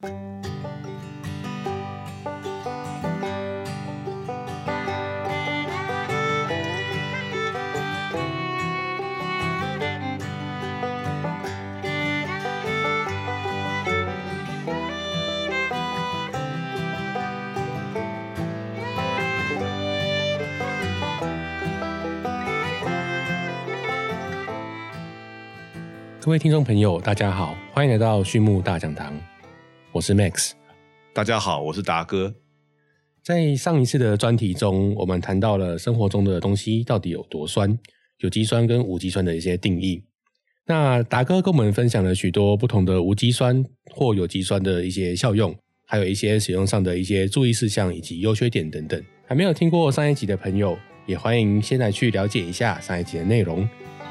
各位听众朋友大家好，欢迎来到畜牧大讲堂，我是 Max。 大家好，我是达哥。 在上一次的专题中，我们谈到了生活中的东西到底有多酸，有机酸跟无机酸的一些定义。那达哥跟我们分享了许多不同的无机酸或有机酸的一些效用，还有一些使用上的一些注意事项以及优缺点等等。还没有听过上一集的朋友，也欢迎先来去了解一下上一集的内容。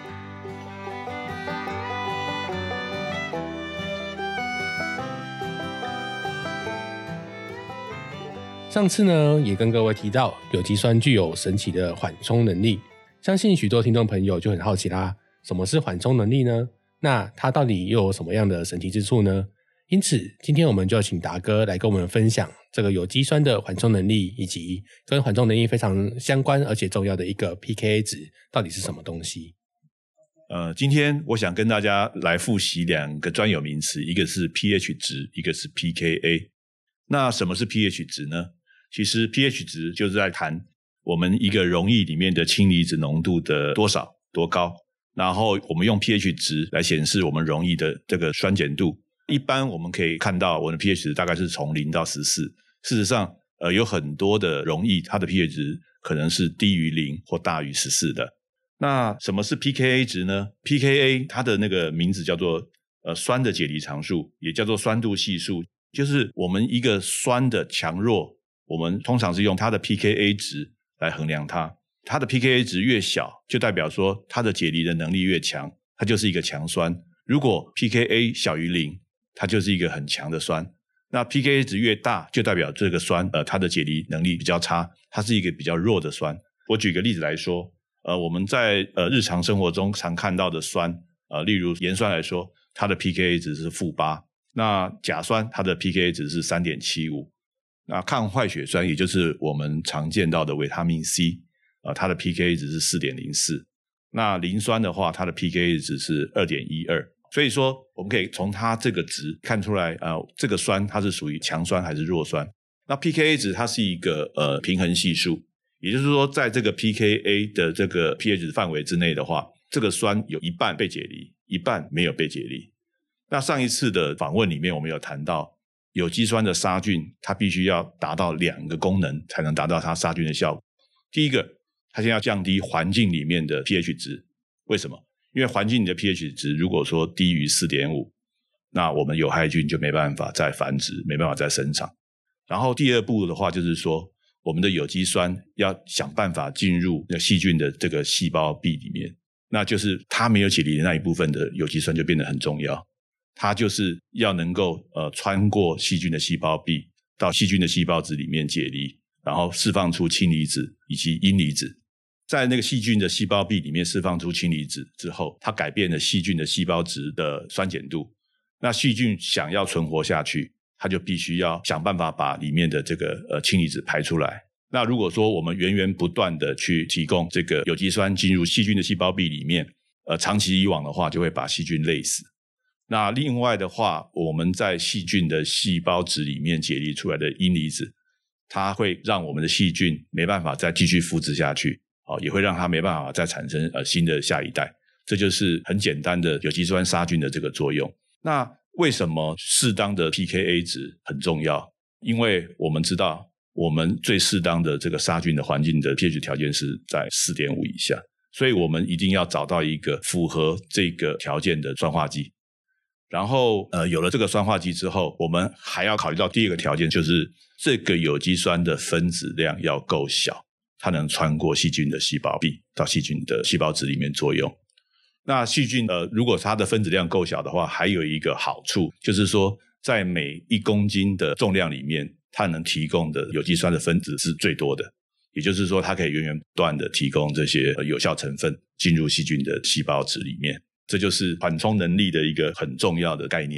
上次呢，也跟各位提到有机酸具有神奇的缓冲能力，相信许多听众朋友就很好奇啦，什么是缓冲能力呢？那它到底又有什么样的神奇之处呢？因此今天我们就请达哥来跟我们分享这个有机酸的缓冲能力，以及跟缓冲能力非常相关而且重要的一个 pKa 值到底是什么东西。 今天我想跟大家来复习两个专有名词，一个是 pH 值，一个是 pKa。 那什么是 pH 值呢？其实 pH 值就是在谈我们一个溶液里面的氢离子浓度的多少多高，然后我们用 pH 值来显示我们溶液的这个酸碱度。一般我们可以看到我们的 pH 值大概是从0到14，事实上有很多的溶液它的 pH 值可能是低于0或大于14的。那什么是 pKa 值呢？ pKa 它的那个名字叫做酸的解离常数，也叫做酸度系数，就是我们一个酸的强弱，我们通常是用它的 pKa 值来衡量它。它的 pKa 值越小，就代表说它的解离的能力越强，它就是一个强酸。如果 pKa 小于0，它就是一个很强的酸。那 pKa 值越大，就代表这个酸它的解离能力比较差，它是一个比较弱的酸。我举个例子来说，我们在日常生活中常看到的酸，例如盐酸来说，它的 pKa 值是-8，那甲酸它的 pKa 值是 3.75， 那抗坏血酸也就是我们常见到的维他命 C，它的 pKa 值是 4.04， 那磷酸的话它的 pKa 值是 2.12。 所以说我们可以从它这个值看出来这个酸它是属于强酸还是弱酸。那 pKa 值它是一个平衡系数，也就是说在这个 pKa 的这个 pH 值范围之内的话，这个酸有一半被解离，一半没有被解离。那上一次的访问里面我们有谈到有机酸的杀菌，它必须要达到2个功能才能达到它杀菌的效果。第一个，它先要降低环境里面的 pH 值。为什么？因为环境里的 pH 值如果说低于 4.5， 那我们有害菌就没办法再繁殖，没办法再生长。然后第二步的话就是说，我们的有机酸要想办法进入细菌的这个细胞壁里面，那就是它没有解离的那一部分的有机酸就变得很重要。它就是要能够穿过细菌的细胞壁，到细菌的细胞质里面解离，然后释放出氢离子以及阴离子。在那个细菌的细胞壁里面释放出氢离子之后，它改变了细菌的细胞质的酸碱度。那细菌想要存活下去，它就必须要想办法把里面的这个氢离子排出来。那如果说我们源源不断的去提供这个有机酸进入细菌的细胞壁里面，长期以往的话就会把细菌累死。那另外的话，我们在细菌的细胞质里面解离出来的阴离子，它会让我们的细菌没办法再继续复制下去，也会让它没办法再产生新的下一代。这就是很简单的有机酸杀菌的这个作用。那为什么适当的 pKa 值很重要？因为我们知道我们最适当的这个杀菌的环境的 pH 条件是在 4.5 以下，所以我们一定要找到一个符合这个条件的酸化剂。然后有了这个酸化剂之后，我们还要考虑到第二个条件，就是这个有机酸的分子量要够小，它能穿过细菌的细胞壁到细菌的细胞质里面作用。那细菌如果它的分子量够小的话，还有一个好处，就是说在每1公斤的重量里面，它能提供的有机酸的分子是最多的，也就是说它可以源源不断的提供这些有效成分进入细菌的细胞质里面。这就是缓冲能力的一个很重要的概念。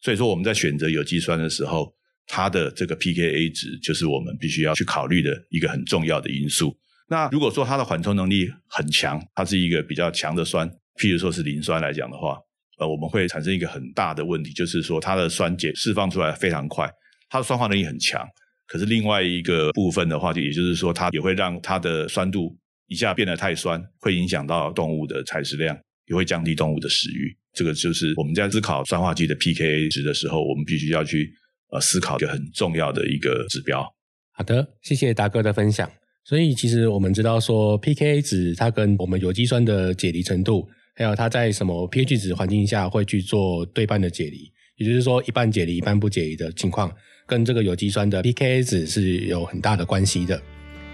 所以说我们在选择有机酸的时候，它的这个 pKa 值就是我们必须要去考虑的一个很重要的因素。那如果说它的缓冲能力很强，它是一个比较强的酸，譬如说是磷酸来讲的话，我们会产生一个很大的问题，就是说它的酸碱释放出来非常快，它的酸化能力很强，可是另外一个部分的话，也就是说它也会让它的酸度一下变得太酸，会影响到动物的采食量，也会降低动物的食欲。这个就是我们在思考酸化剂的 pKa 值的时候，我们必须要去思考一个很重要的一个指标。 好的，谢谢达哥的分享。所以其实我们知道说 pKa 值它跟我们有机酸的解离程度，还有它在什么 pH 值环境下会去做对半的解离，也就是说一半解离一半不解离的情况，跟这个有机酸的 pKa 值是有很大的关系的。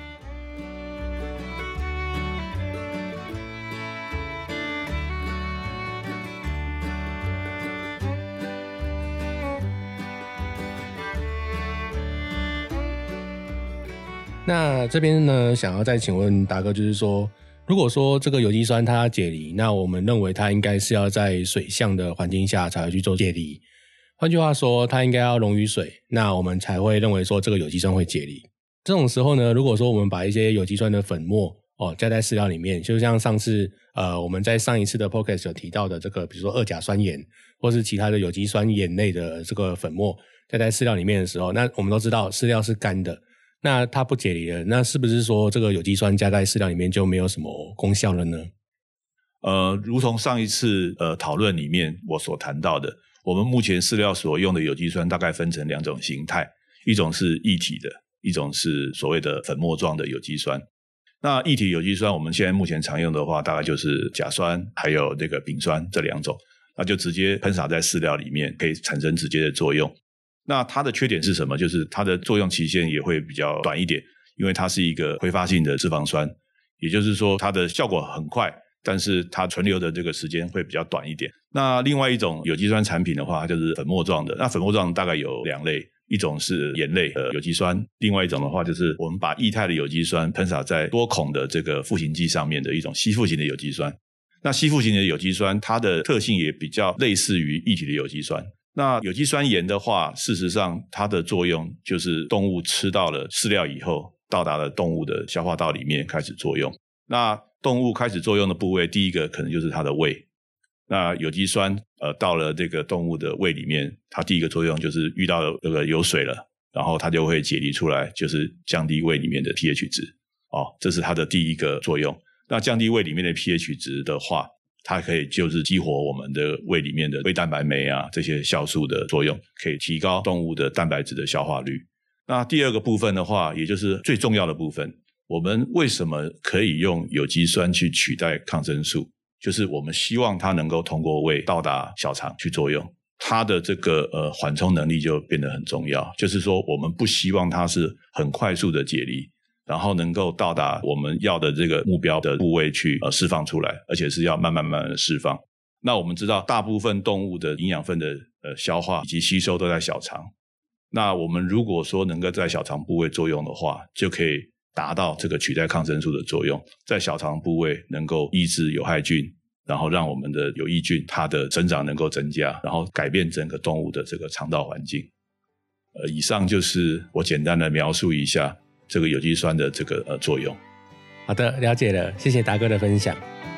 那这边呢，想要再请问达哥，就是说如果说这个有机酸它解离，那我们认为它应该是要在水相的环境下才会去做解离，换句话说它应该要溶于水，那我们才会认为说这个有机酸会解离。这种时候呢，如果说我们把一些有机酸的粉末加在饲料里面，就像上次我们在上一次的 podcast 有提到的这个比如说二甲酸盐或是其他的有机酸盐类的这个粉末加在饲料里面的时候，那我们都知道饲料是干的，那它不解离了，那是不是说这个有机酸加在饲料里面就没有什么功效了呢？ 如同上一次讨论里面我所谈到的，我们目前饲料所用的有机酸大概分成两种形态，一种是液体的，一种是所谓的粉末状的有机酸。那液体有机酸我们现在目前常用的话，大概就是甲酸还有这个丙酸这两种，那就直接喷洒在饲料里面，可以产生直接的作用。那它的缺点是什么？就是它的作用期限也会比较短一点，因为它是一个挥发性的脂肪酸，也就是说它的效果很快，但是它存留的这个时间会比较短一点。那另外一种有机酸产品的话，它就是粉末状的。那粉末状大概有两类，一种是盐类的有机酸，另外一种的话就是我们把液态的有机酸喷洒在多孔的这个赋形剂上面的一种吸附型的有机酸。那吸附型的有机酸它的特性也比较类似于液体的有机酸。那有机酸盐的话，事实上它的作用就是动物吃到了饲料以后，到达了动物的消化道里面开始作用。那动物开始作用的部位，第一个可能就是它的胃。那有机酸到了这个动物的胃里面，它第一个作用就是遇到了这个有水了，然后它就会解离出来，就是降低胃里面的 pH 值。这是它的第一个作用。那降低胃里面的 pH 值的话，它可以就是激活我们的胃里面的胃蛋白酶啊这些酵素的作用，可以提高动物的蛋白质的消化率。那第二个部分的话，也就是最重要的部分，我们为什么可以用有机酸去取代抗生素？就是我们希望它能够通过胃到达小肠去作用，它的这个缓冲能力就变得很重要。就是说我们不希望它是很快速的解离，然后能够到达我们要的这个目标的部位去释放出来，而且是要慢慢的释放。那我们知道大部分动物的营养分的消化以及吸收都在小肠，那我们如果说能够在小肠部位作用的话，就可以达到这个取代抗生素的作用，在小肠部位能够抑制有害菌，然后让我们的有益菌它的增长能够增加，然后改变整个动物的这个肠道环境。以上就是我简单的描述一下这个有机酸的这个作用。 好的，了解了，谢谢达哥的分享。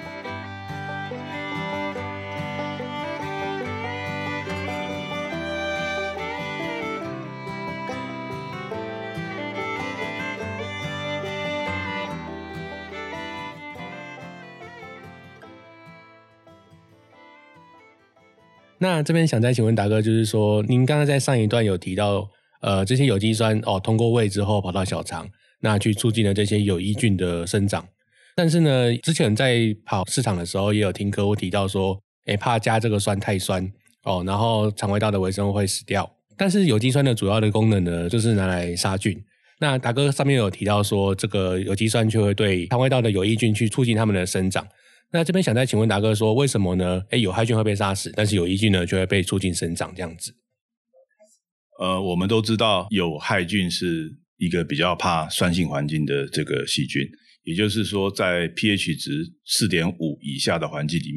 那这边想再请问达哥，就是说您刚才在上一段有提到这些有机酸通过胃之后跑到小肠，那去促进了这些有益菌的生长。但是呢，之前在跑市场的时候也有听客户提到说怕加这个酸太酸然后肠胃道的微生物会死掉。但是有机酸的主要的功能呢，就是拿来杀菌。那达哥上面有提到说这个有机酸就会对肠胃道的有益菌去促进它们的生长。那这边想再请问达哥说，为什么呢？有害菌会被杀死，但是有益菌呢就会被促进生长这样子？ 我们都知道有害菌是一个比较怕酸性环境的这个细菌，也就是说在 pH 值 4.5 以下的环境里面，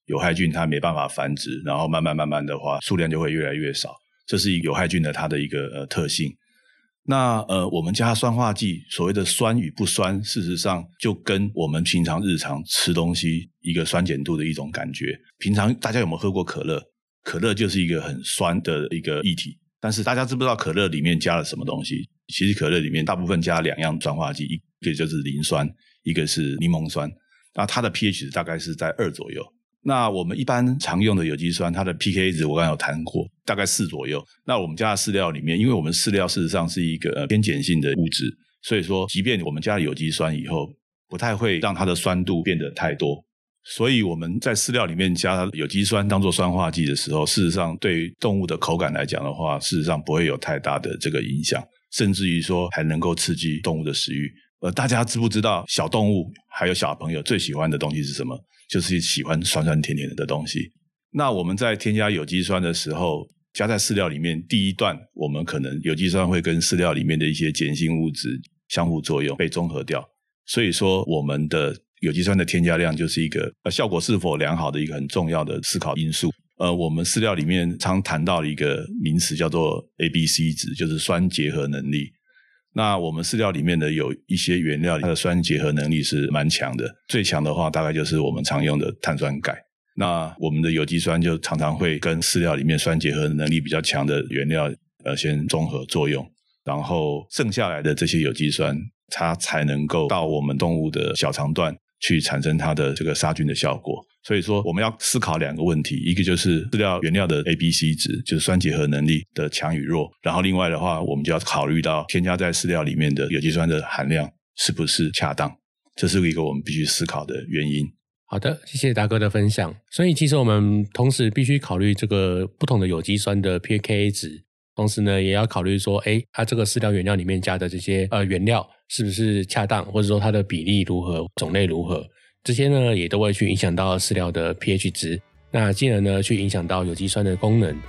有害菌它没办法繁殖，然后慢慢的话数量就会越来越少，这是有害菌的它的一个特性。那我们加酸化剂所谓的酸与不酸，事实上就跟我们平常日常吃东西一个酸碱度的一种感觉。平常大家有没有喝过可乐？可乐就是一个很酸的一个液体，但是大家知不知道可乐里面加了什么东西？其实可乐里面大部分加2样酸化剂，一个就是磷酸，一个是柠檬酸，那它的 pH 值大概是在2左右。那我们一般常用的有机酸，它的 pKa 值我刚才有谈过，大概4左右。那我们加的饲料里面，因为我们饲料事实上是一个偏碱性的物质，所以说即便我们加了有机酸以后，不太会让它的酸度变得太多。所以我们在饲料里面加有机酸当作酸化剂的时候，事实上对于动物的口感来讲的话，事实上不会有太大的这个影响，甚至于说还能够刺激动物的食欲。大家知不知道小动物还有小朋友最喜欢的东西是什么？就是喜欢酸酸甜甜的东西。那我们在添加有机酸的时候，加在饲料里面，第一段我们可能有机酸会跟饲料里面的一些碱性物质相互作用，被中和掉。所以说我们的有机酸的添加量就是一个效果是否良好的一个很重要的思考因素。我们饲料里面常谈到的一个名词叫做 ABC 值，就是酸结合能力。那我们饲料里面的有一些原料，它的酸结合能力是蛮强的，最强的话大概就是我们常用的碳酸钙。那我们的有机酸就常常会跟饲料里面酸结合能力比较强的原料先综合作用，然后剩下来的这些有机酸它才能够到我们动物的小肠段去产生它的这个杀菌的效果。所以说我们要思考2个问题，一个就是饲料原料的 ABC 值，就是酸结合能力的强与弱，然后另外的话我们就要考虑到添加在饲料里面的有机酸的含量是不是恰当，这是一个我们必须思考的原因。 好的，谢谢达哥的分享。所以其实我们同时必须考虑这个不同的有机酸的 pKa 值，同时呢也要考虑说它这个饲料原料里面加的这些原料是不是恰当，或者说它的比例如何，种类如何，这些呢也都会去影响到饲料的 pH 值，那进而呢去影响到有机酸的功能。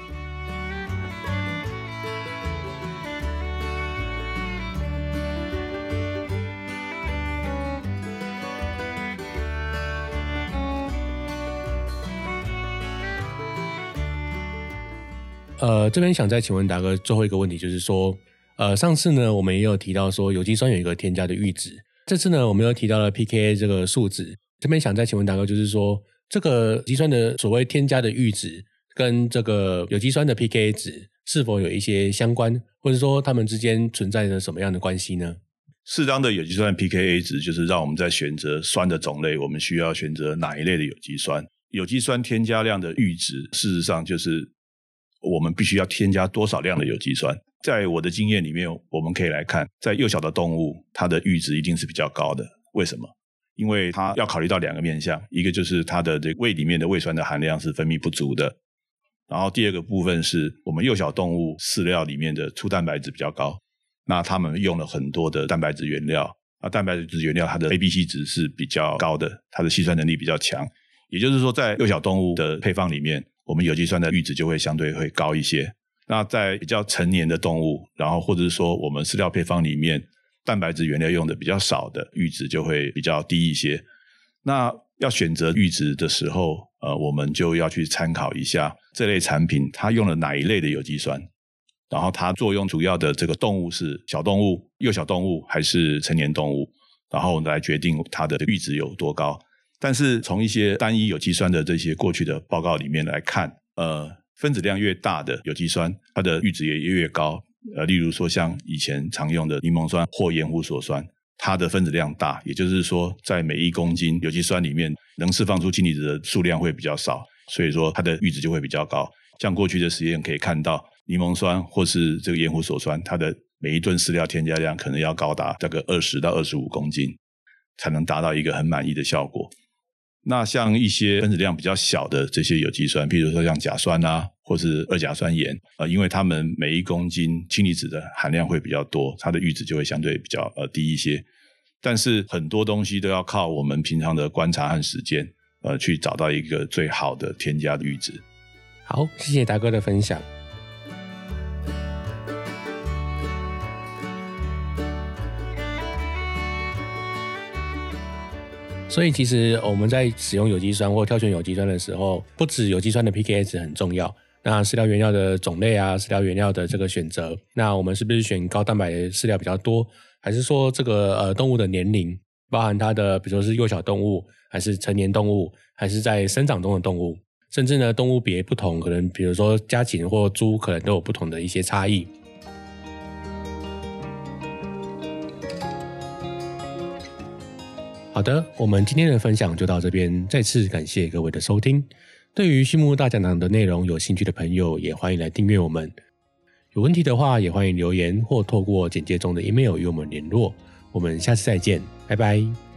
这边想再请问达哥最后一个问题，就是说上次呢我们也有提到说有机酸有一个添加的阈值，这次呢我们又提到了 pKa 这个数值，这边想再请问达哥，就是说这个有机酸的所谓添加的阈值跟这个有机酸的 pKa 值是否有一些相关，或者说它们之间存在着什么样的关系呢？ 适当的有机酸 pKa 值就是让我们在选择酸的种类，我们需要选择哪一类的有机酸。有机酸添加量的阈值事实上就是我们必须要添加多少量的有机酸。在我的经验里面，我们可以来看，在幼小的动物它的阈值一定是比较高的。为什么？因为它要考虑到2个面向，一个就是它的这胃里面的胃酸的含量是分泌不足的，然后第2个部分是我们幼小动物饲料里面的粗蛋白质比较高，那他们用了很多的蛋白质原料，那蛋白质原料它的 ABC 值是比较高的，它的吸酸能力比较强，也就是说在幼小动物的配方里面，我们有机酸的阈值就会相对会高一些。那在比较成年的动物，然后或者是说我们饲料配方里面蛋白质原料用的比较少的，阈值就会比较低一些。那要选择阈值的时候我们就要去参考一下这类产品它用了哪一类的有机酸，然后它作用主要的这个动物是小动物、幼小动物还是成年动物，然后来决定它的阈值有多高。但是从一些单一有机酸的这些过去的报告里面来看分子量越大的有机酸它的阈值也越高，例如说像以前常用的柠檬酸或盐胡索酸，它的分子量大，也就是说在每1公斤有机酸里面能释放出氢离子的数量会比较少，所以说它的阈值就会比较高。像过去的实验可以看到，柠檬酸或是这个盐胡索酸，它的每1吨饲料添加量可能要高达大概20到25公斤才能达到一个很满意的效果。那像一些分子量比较小的这些有机酸，譬如说像甲酸啊或是2甲酸盐因为它们每1公斤氢离子的含量会比较多，它的阈值就会相对比较低一些。但是很多东西都要靠我们平常的观察和实践去找到一个最好的添加的阈值。 好，谢谢达哥的分享。 所以其实我们在使用有机酸或挑选有机酸的时候，不止有机酸的 pKa 值很重要，那饲料原料的种类啊，饲料原料的这个选择，那我们是不是选高蛋白的饲料比较多，还是说这个动物的年龄，包含它的比如说是幼小动物，还是成年动物，还是在生长中的动物，甚至呢动物别不同，可能比如说家禽或猪可能都有不同的一些差异。好的，我们今天的分享就到这边，再次感谢各位的收听。对于畜牧大讲堂的内容有兴趣的朋友，也欢迎来订阅我们。有问题的话，也欢迎留言或透过简介中的 email 与我们联络。我们下次再见，拜拜。